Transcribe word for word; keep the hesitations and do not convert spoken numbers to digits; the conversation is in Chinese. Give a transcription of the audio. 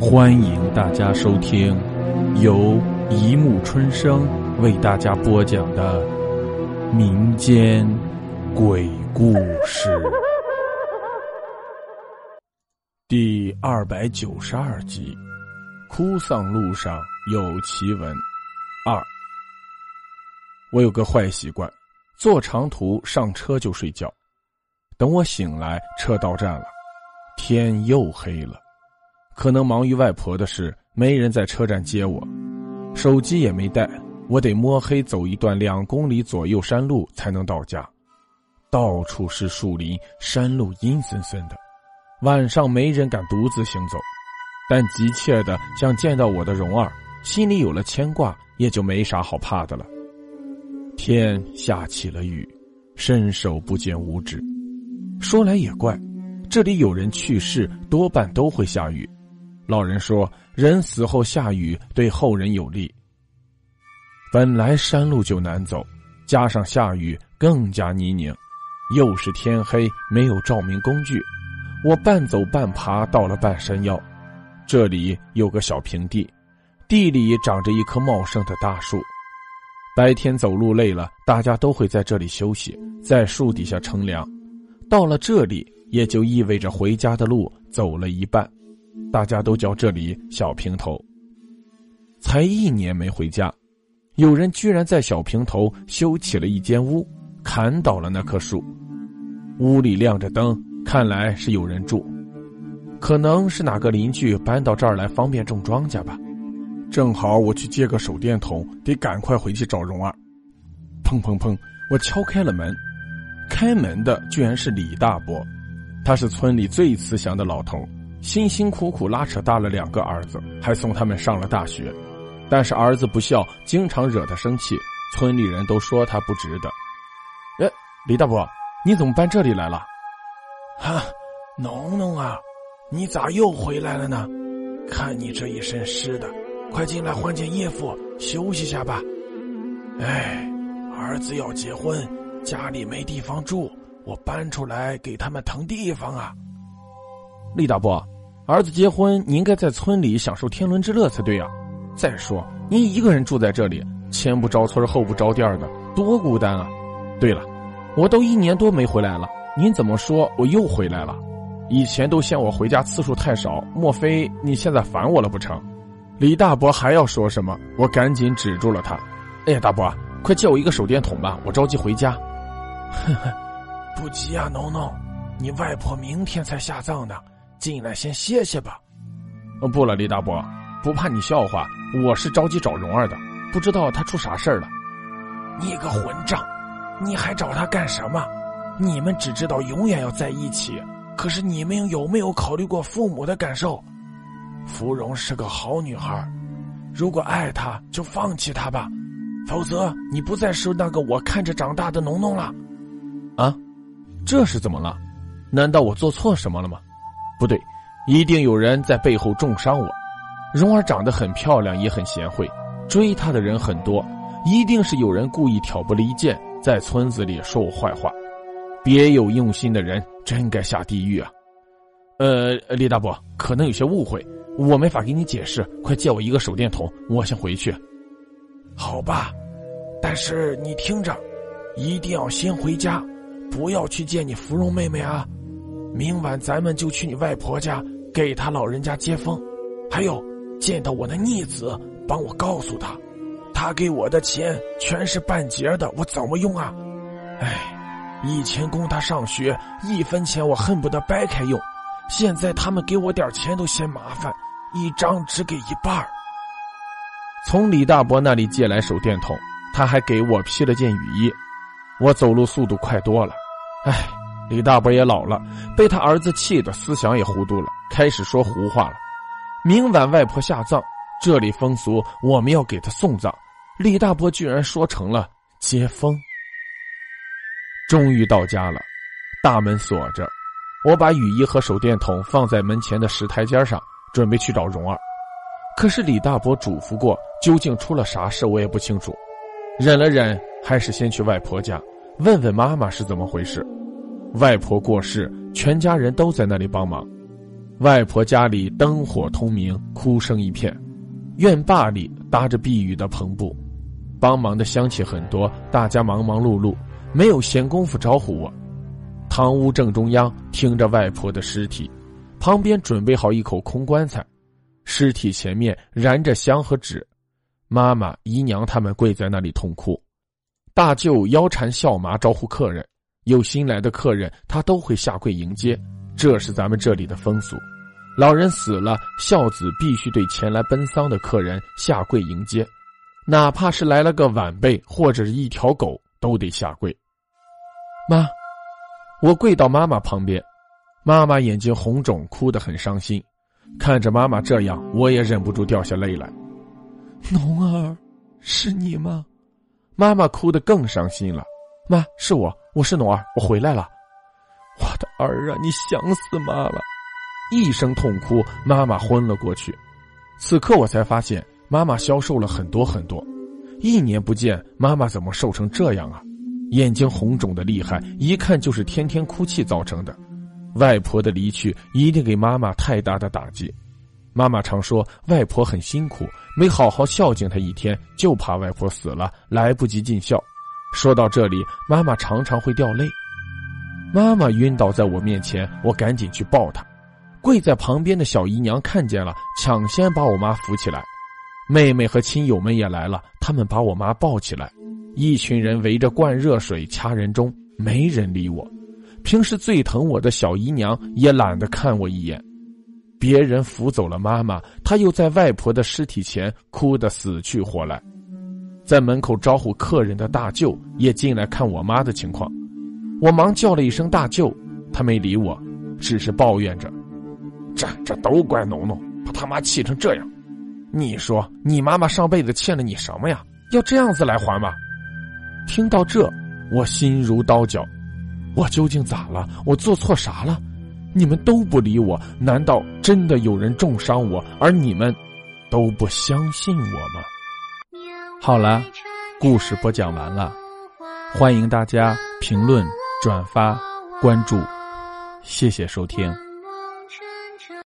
欢迎大家收听由一木春生为大家播讲的民间鬼故事第二百九十二集，哭丧路上有奇闻二。我有个坏习惯，坐长途上车就睡觉，等我醒来车到站了，天又黑了，可能忙于外婆的事，没人在车站接我，手机也没带，我得摸黑走一段两公里左右山路才能到家。到处是树林，山路阴森森的，晚上没人敢独自行走，但急切的想见到我的蓉儿，心里有了牵挂，也就没啥好怕的了。天下起了雨，伸手不见五指。说来也怪，这里有人去世多半都会下雨，老人说人死后下雨对后人有利。本来山路就难走，加上下雨更加泥泞，又是天黑，没有照明工具，我半走半爬到了半山腰。这里有个小平地，地里长着一棵茂盛的大树，白天走路累了，大家都会在这里休息，在树底下乘凉。到了这里也就意味着回家的路走了一半，大家都叫这里小平头。才一年没回家，有人居然在小平头修起了一间屋，砍倒了那棵树。屋里亮着灯，看来是有人住，可能是哪个邻居搬到这儿来方便种庄稼吧。正好我去接个手电筒，得赶快回去找蓉儿。砰砰砰，我敲开了门，开门的居然是李大伯。他是村里最慈祥的老头，辛辛苦苦拉扯大了两个儿子，还送他们上了大学，但是儿子不孝，经常惹他生气，村里人都说他不值得。哎，李大伯，你怎么搬这里来了？ 哈，农农啊，你咋又回来了呢？看你这一身湿的，快进来换件衣服休息下吧。哎，儿子要结婚，家里没地方住，我搬出来给他们腾地方啊。 李大伯，儿子结婚你应该在村里享受天伦之乐才对啊。再说您一个人住在这里，前不着村后不着店的，多孤单啊。对了，我都一年多没回来了，您怎么说我又回来了？以前都嫌我回家次数太少，莫非你现在烦我了不成？李大伯还要说什么，我赶紧止住了他。哎呀，大伯，快借我一个手电筒吧，我着急回家。 呵呵，不急啊，农农，你外婆明天才下葬呢，进来先歇歇吧。 哦，不了，李大伯，不怕你笑话，我是着急找蓉儿的，不知道她出啥事儿了。 你个混账，你还找她干什么？你们只知道永远要在一起，可是你们有没有考虑过父母的感受？芙蓉是个好女孩，如果爱她就放弃她吧，否则你不再是那个我看着长大的农农了。 啊，这是怎么了？难道我做错什么了吗？不对，一定有人在背后重伤我。蓉儿长得很漂亮，也很贤惠，追她的人很多，一定是有人故意挑拨离间，在村子里说我坏话。别有用心的人真该下地狱啊。呃，李大伯，可能有些误会，我没法给你解释，快借我一个手电筒，我先回去。 好吧，但是你听着，一定要先回家，不要去见你芙蓉妹妹啊。明晚咱们就去你外婆家给她老人家接风，还有见到我的逆子，帮我告诉他，他给我的钱全是半截的，我怎么用啊？哎，以前供他上学一分钱我恨不得掰开用，现在他们给我点钱都嫌麻烦，一张只给一半。 从李大伯那里借来手电筒，他还给我披了件雨衣，我走路速度快多了。哎，李大伯也老了，被他儿子气得思想也糊涂了，开始说胡话了。明晚外婆下葬，这里风俗我们要给他送葬，李大伯居然说成了接风。终于到家了，大门锁着，我把雨衣和手电筒放在门前的石台阶上，准备去找蓉儿。可是李大伯嘱咐过，究竟出了啥事我也不清楚。忍了忍，还是先去外婆家问问妈妈是怎么回事。外婆过世，全家人都在那里帮忙。 外婆家里灯火通明，哭声一片，院坝里搭着避雨的篷布，帮忙的乡亲很多，大家忙忙碌碌，没有闲工夫招呼我。堂屋正中央听着外婆的尸体，旁边准备好一口空棺材，尸体前面燃着香和纸，妈妈、姨娘他们跪在那里痛哭。大舅腰缠孝麻招呼客人，有新来的客人他都会下跪迎接，这是咱们这里的风俗。老人死了，孝子必须对前来奔丧的客人下跪迎接，哪怕是来了个晚辈或者是一条狗都得下跪。妈，我跪到妈妈旁边，妈妈眼睛红肿，哭得很伤心。看着妈妈这样，我也忍不住掉下泪来。 农儿，是你吗？ 妈妈哭得更伤心了。妈，是我，我是农儿，我回来了。 我的儿啊，你想死妈了！ 一声痛哭，妈妈昏了过去。此刻我才发现，妈妈消瘦了很多很多。一年不见，妈妈怎么瘦成这样啊？眼睛红肿的厉害，一看就是天天哭泣造成的。外婆的离去一定给妈妈太大的打击。妈妈常说外婆很辛苦，没好好孝敬她一天，就怕外婆死了来不及尽孝。说到这里，妈妈常常会掉泪。妈妈晕倒在我面前，我赶紧去抱她。跪在旁边的小姨娘看见了，抢先把我妈扶起来。妹妹和亲友们也来了，他们把我妈抱起来。一群人围着灌热水掐人中，没人理我。平时最疼我的小姨娘也懒得看我一眼。别人扶走了妈妈，她又在外婆的尸体前哭得死去活来。在门口招呼客人的大舅也进来看我妈的情况，我忙叫了一声大舅，他没理我，只是抱怨着：这这都怪农农，把他妈气成这样。你说你妈妈上辈子欠了你什么呀？要这样子来还吗？听到这，我心如刀绞。我究竟咋了？我做错啥了？你们都不理我，难道真的有人重伤我，而你们都不相信我吗？好了，故事播讲完了，欢迎大家评论、转发、关注，谢谢收听。